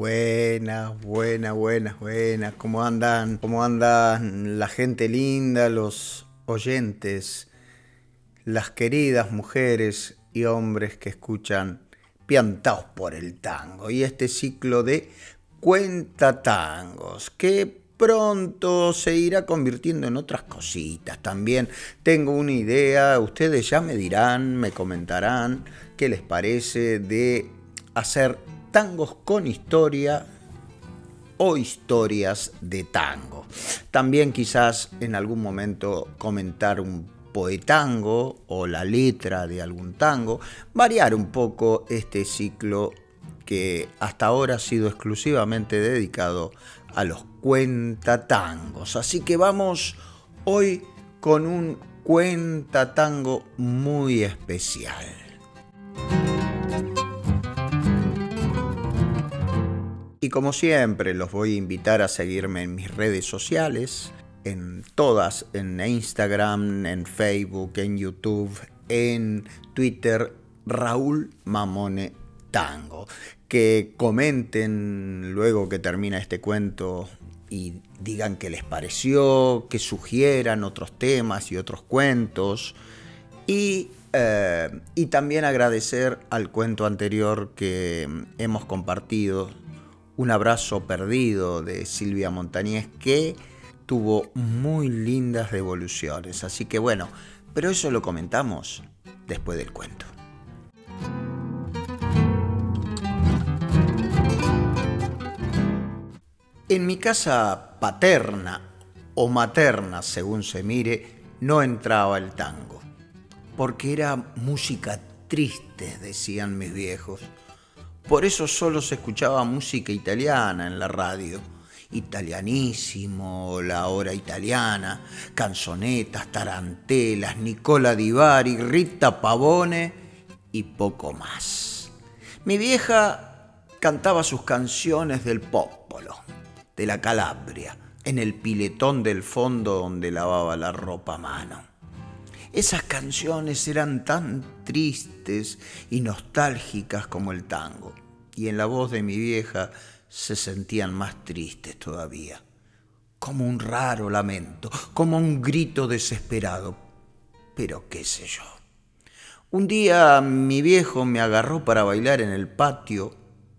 Buenas, buenas, buenas, buenas. ¿Cómo andan? ¿Cómo andan la gente linda, los oyentes, las queridas mujeres y hombres que escuchan Piantaos por el Tango? Y este ciclo de cuentatangos que pronto se irá convirtiendo en otras cositas. También tengo una idea, ustedes ya me dirán, me comentarán qué les parece de hacer tangos con historia o historias de tango. También quizás en algún momento comentar un poetango o la letra de algún tango, variar un poco este ciclo que hasta ahora ha sido exclusivamente dedicado a los cuentatangos. Así que vamos hoy con un cuentatango muy especial. Y como siempre, los voy a invitar a seguirme en mis redes sociales, en todas, en Instagram, en Facebook, en YouTube, en Twitter, Raúl Mamone Tango. Que comenten luego que termina este cuento y digan qué les pareció, que sugieran otros temas y otros cuentos. Y también agradecer al cuento anterior que hemos compartido, Un abrazo perdido, de Silvia Montañez, que tuvo muy lindas devoluciones. Así que bueno, pero eso lo comentamos después del cuento. En mi casa paterna o materna, según se mire, no entraba el tango, porque era música triste, decían mis viejos. Por eso solo se escuchaba música italiana en la radio. Italianissimo, La Hora Italiana, canzonetas, tarantelas, Nicola Di Bari, Rita Pavone y poco más. Mi vieja cantaba sus canciones del popolo, de la Calabria, en el piletón del fondo donde lavaba la ropa a mano. Esas canciones eran tan tristes y nostálgicas como el tango, y en la voz de mi vieja se sentían más tristes todavía, como un raro lamento, como un grito desesperado, pero qué sé yo. Un día mi viejo me agarró para bailar en el patio.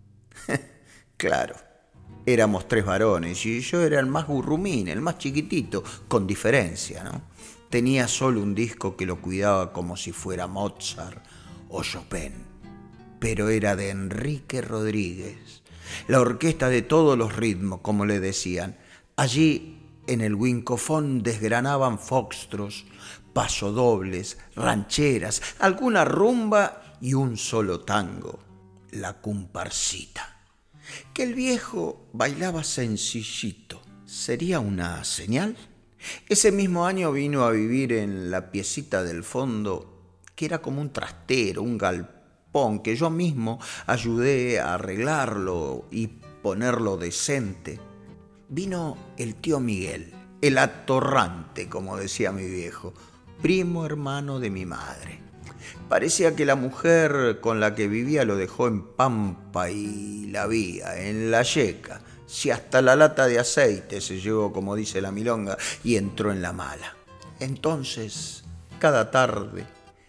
Claro, éramos 3 varones y yo era el más gurrumín, el más chiquitito, con diferencia, ¿no? Tenía solo un disco que lo cuidaba como si fuera Mozart o Chopin, pero era de Enrique Rodríguez, la orquesta de todos los ritmos, como le decían. Allí en el wincofón desgranaban foxtros, pasodobles, rancheras, alguna rumba y un solo tango, la comparsita, que el viejo bailaba sencillito. ¿Sería una señal? Ese mismo año vino a vivir en la piecita del fondo, que era como un trastero, un galpón, que yo mismo ayudé a arreglarlo y ponerlo decente. Vino el tío Miguel, el atorrante, como decía mi viejo, primo hermano de mi madre. Parecía que la mujer con la que vivía lo dejó en Pampa y la Vía, en La Yeca. Si hasta la lata de aceite se llevó, como dice la milonga, y entró en la mala. Entonces, cada tarde,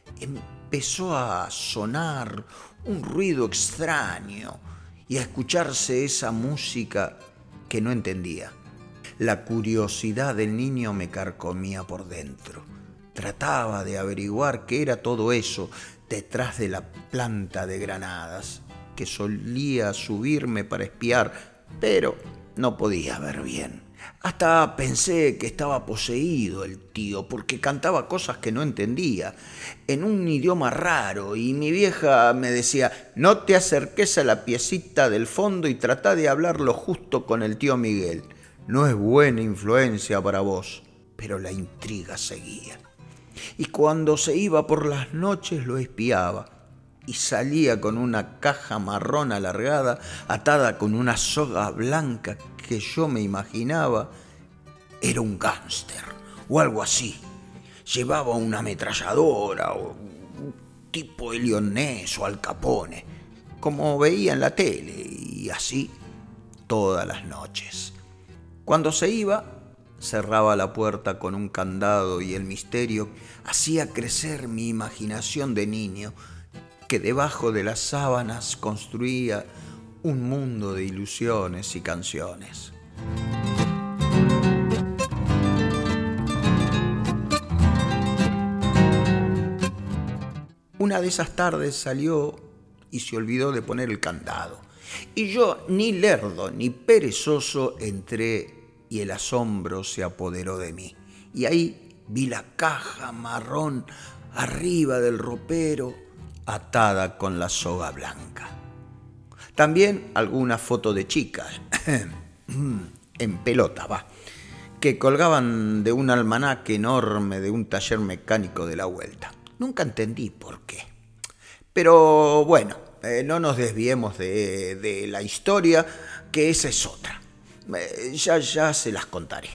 empezó a sonar un ruido extraño y a escucharse esa música que no entendía. La curiosidad del niño me carcomía por dentro. Trataba de averiguar qué era todo eso detrás de la planta de granadas, que solía subirme para espiar, pero no podía ver bien. Hasta pensé que estaba poseído el tío, porque cantaba cosas que no entendía, en un idioma raro, y mi vieja me decía: no te acerques a la piecita del fondo y trata de hablarlo justo con el tío Miguel. No es buena influencia para vos. Pero la intriga seguía. Y cuando se iba por las noches lo espiaba, y salía con una caja marrón alargada, atada con una soga blanca que yo me imaginaba era un gángster o algo así. Llevaba una ametralladora o un tipo Elio Ness o Al Capone, como veía en la tele, y así todas las noches. Cuando se iba, cerraba la puerta con un candado y el misterio hacía crecer mi imaginación de niño, que debajo de las sábanas construía un mundo de ilusiones y canciones. Una de esas tardes salió y se olvidó de poner el candado. Y yo, ni lerdo ni perezoso, entré y el asombro se apoderó de mí. Y ahí vi la caja marrón arriba del ropero, atada con la soga blanca. También alguna foto de chicas, en pelota, que colgaban de un almanaque enorme de un taller mecánico de la vuelta. Nunca entendí por qué. Pero bueno, no nos desviemos de la historia, que esa es otra. Ya se las contaré.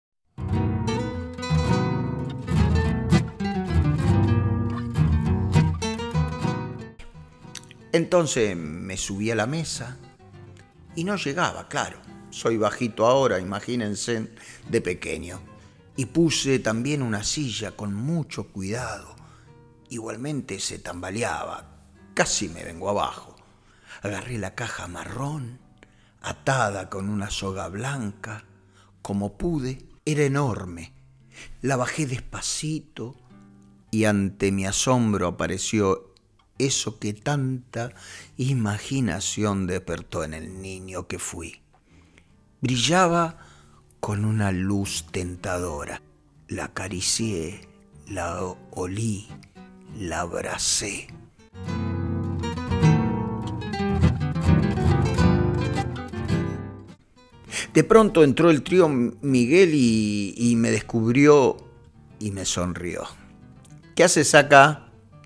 Entonces me subí a la mesa y no llegaba, claro. Soy bajito ahora, imagínense, de pequeño. Y puse también una silla con mucho cuidado. Igualmente se tambaleaba, casi me vengo abajo. Agarré la caja marrón, atada con una soga blanca, como pude. Era enorme. La bajé despacito y ante mi asombro apareció eso que tanta imaginación despertó en el niño que fui. Brillaba con una luz tentadora. La acaricié, la olí, la abracé. De pronto entró el tío Miguel y me descubrió y me sonrió. ¿Qué haces acá?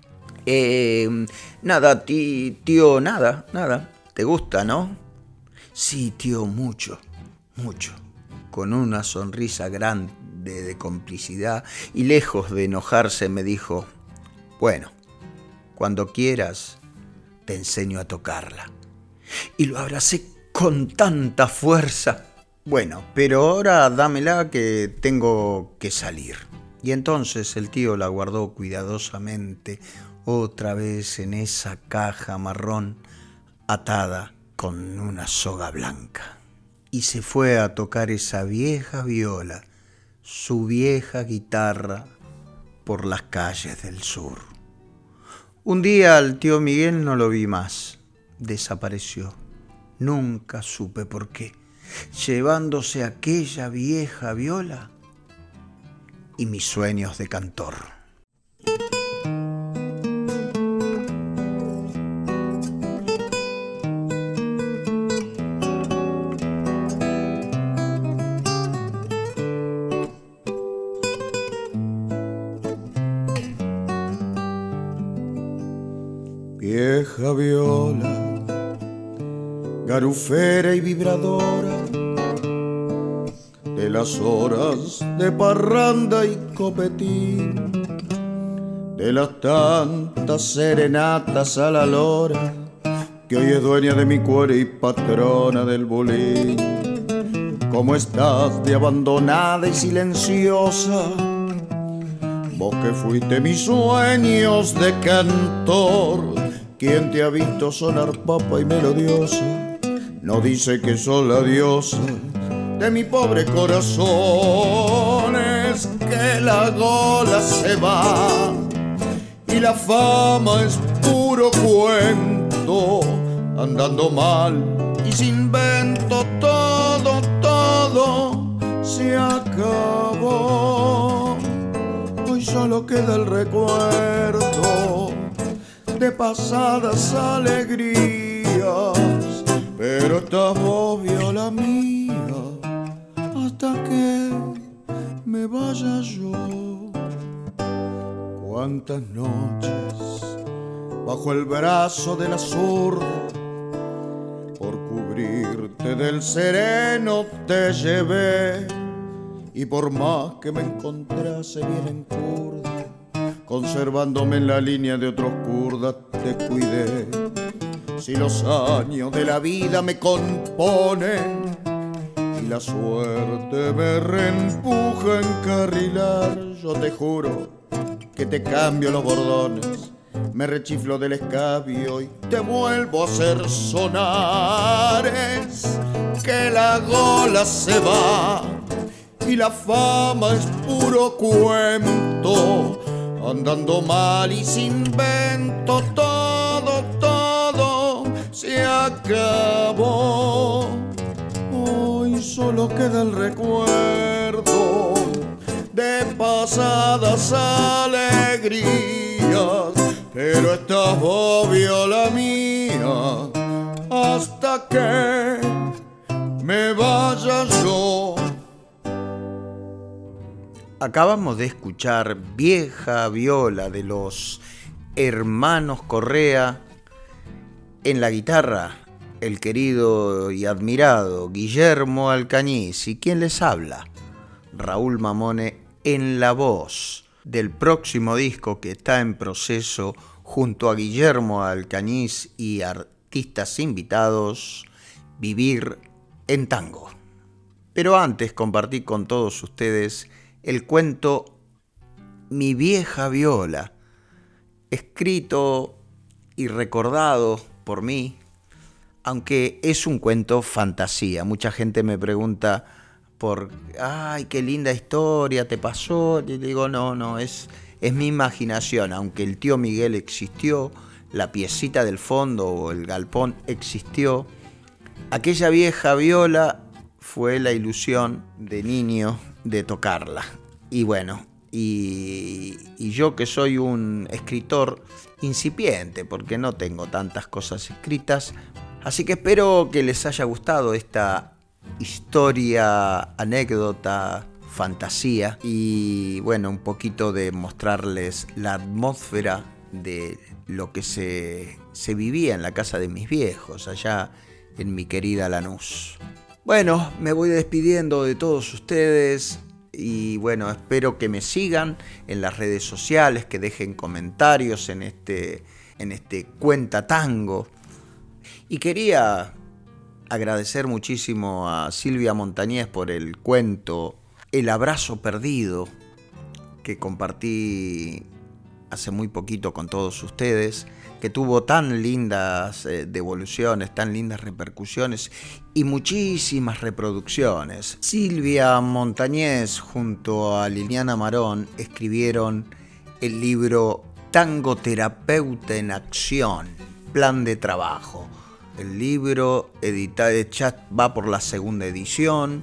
Nada, tío, nada. ¿Te gusta, no? Sí, tío, mucho. Con una sonrisa grande de complicidad y lejos de enojarse me dijo: bueno, cuando quieras te enseño a tocarla. Y lo abracé con tanta fuerza. Bueno, pero ahora dámela que tengo que salir. Y entonces el tío la guardó cuidadosamente otra vez en esa caja marrón atada con una soga blanca. Y se fue a tocar esa vieja viola, su vieja guitarra, por las calles del sur. Un día al tío Miguel no lo vi más. Desapareció. Nunca supe por qué, llevándose aquella vieja viola y mis sueños de cantor. Vieja viola, garufera y vibradora de las horas de parranda y copetín, de las tantas serenatas a la lora, que hoy es dueña de mi cuero y patrona del bolín. ¿Cómo estás de abandonada y silenciosa? Vos que fuiste mis sueños de cantor. ¿Quién te ha visto sonar papa y melodiosa? No dice que sos la diosa de mi pobre corazón. Es que la gola se va y la fama es puro cuento. Andando mal y sin vento, todo se acabó. Hoy solo queda el recuerdo de pasadas alegrías, pero estás vos, viola mía, hasta que me vaya yo. Cuántas noches bajo el brazo de la zurda, por cubrirte del sereno te llevé, y por más que me encontrase bien en curda, conservándome en la línea de otros kurdas, te cuidé. Si los años de la vida me componen y la suerte me reempuja a encarrilar. Yo te juro que te cambio los bordones, me rechiflo del escabio y te vuelvo a hacer sonar. Es que la gola se va y la fama es puro cuento, andando mal y sin vento, todo se acabó. Hoy solo queda el recuerdo de pasadas alegrías, pero estás vos, viola mía, hasta que me vaya yo. Acabamos de escuchar Vieja Viola de los hermanos Correa. En la guitarra, el querido y admirado Guillermo Alcañiz. ¿Y quién les habla? Raúl Mamone en la voz del próximo disco que está en proceso junto a Guillermo Alcañiz y artistas invitados, Vivir en Tango. Pero antes compartí con todos ustedes el cuento Mi Vieja Viola, escrito y recordado por mí, aunque es un cuento fantasía. Mucha gente me pregunta ¡ay, qué linda historia te pasó! Y digo, no, es mi imaginación. Aunque el tío Miguel existió, la piecita del fondo o el galpón existió, aquella vieja viola fue la ilusión de niño de tocarla. Y bueno, y yo que soy un escritor incipiente, porque no tengo tantas cosas escritas, así que espero que les haya gustado esta historia, anécdota, fantasía y bueno, un poquito de mostrarles la atmósfera de lo que se vivía en la casa de mis viejos, allá en mi querida Lanús. Bueno, me voy despidiendo de todos ustedes y bueno, espero que me sigan en las redes sociales, que dejen comentarios en este Cuenta Tango. Y quería agradecer muchísimo a Silvia Montañez por el cuento El abrazo perdido que compartí hace muy poquito con todos ustedes, que tuvo tan lindas devoluciones, tan lindas repercusiones y muchísimas reproducciones. Silvia Montañez junto a Liliana Marón escribieron el libro Tangoterapeuta en Acción, Plan de Trabajo. El libro ya va por la segunda edición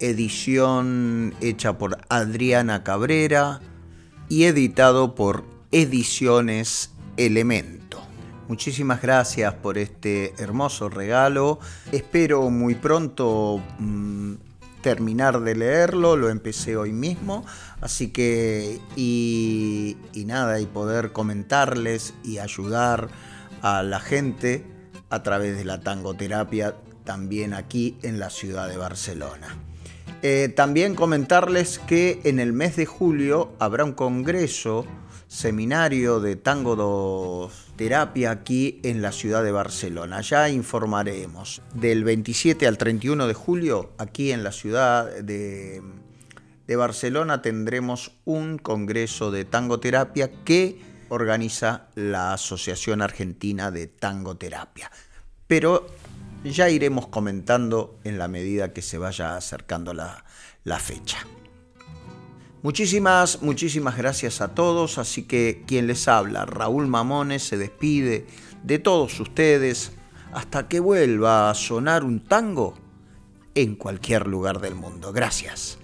hecha por Adriana Cabrera y editado por Ediciones Elemento. Muchísimas gracias por este hermoso regalo. Espero muy pronto terminar de leerlo. Lo empecé hoy mismo. Así que, y poder comentarles y ayudar a la gente a través de la tangoterapia también aquí en la ciudad de Barcelona. También comentarles que en el mes de julio habrá un congreso, seminario de tangoterapia aquí en la ciudad de Barcelona. Ya informaremos. Del 27 al 31 de julio, aquí en la ciudad de Barcelona, tendremos un congreso de tangoterapia que organiza la Asociación Argentina de Tangoterapia. Pero ya iremos comentando en la medida que se vaya acercando la fecha. Muchísimas gracias a todos, así que quien les habla, Raúl Mamone, se despide de todos ustedes hasta que vuelva a sonar un tango en cualquier lugar del mundo. Gracias.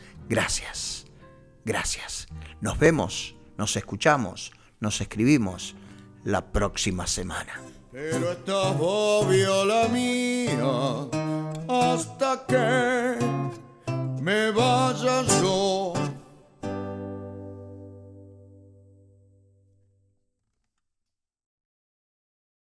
Nos vemos, nos escuchamos, nos escribimos la próxima semana. Pero estás vos, viola mía, hasta que me vaya yo.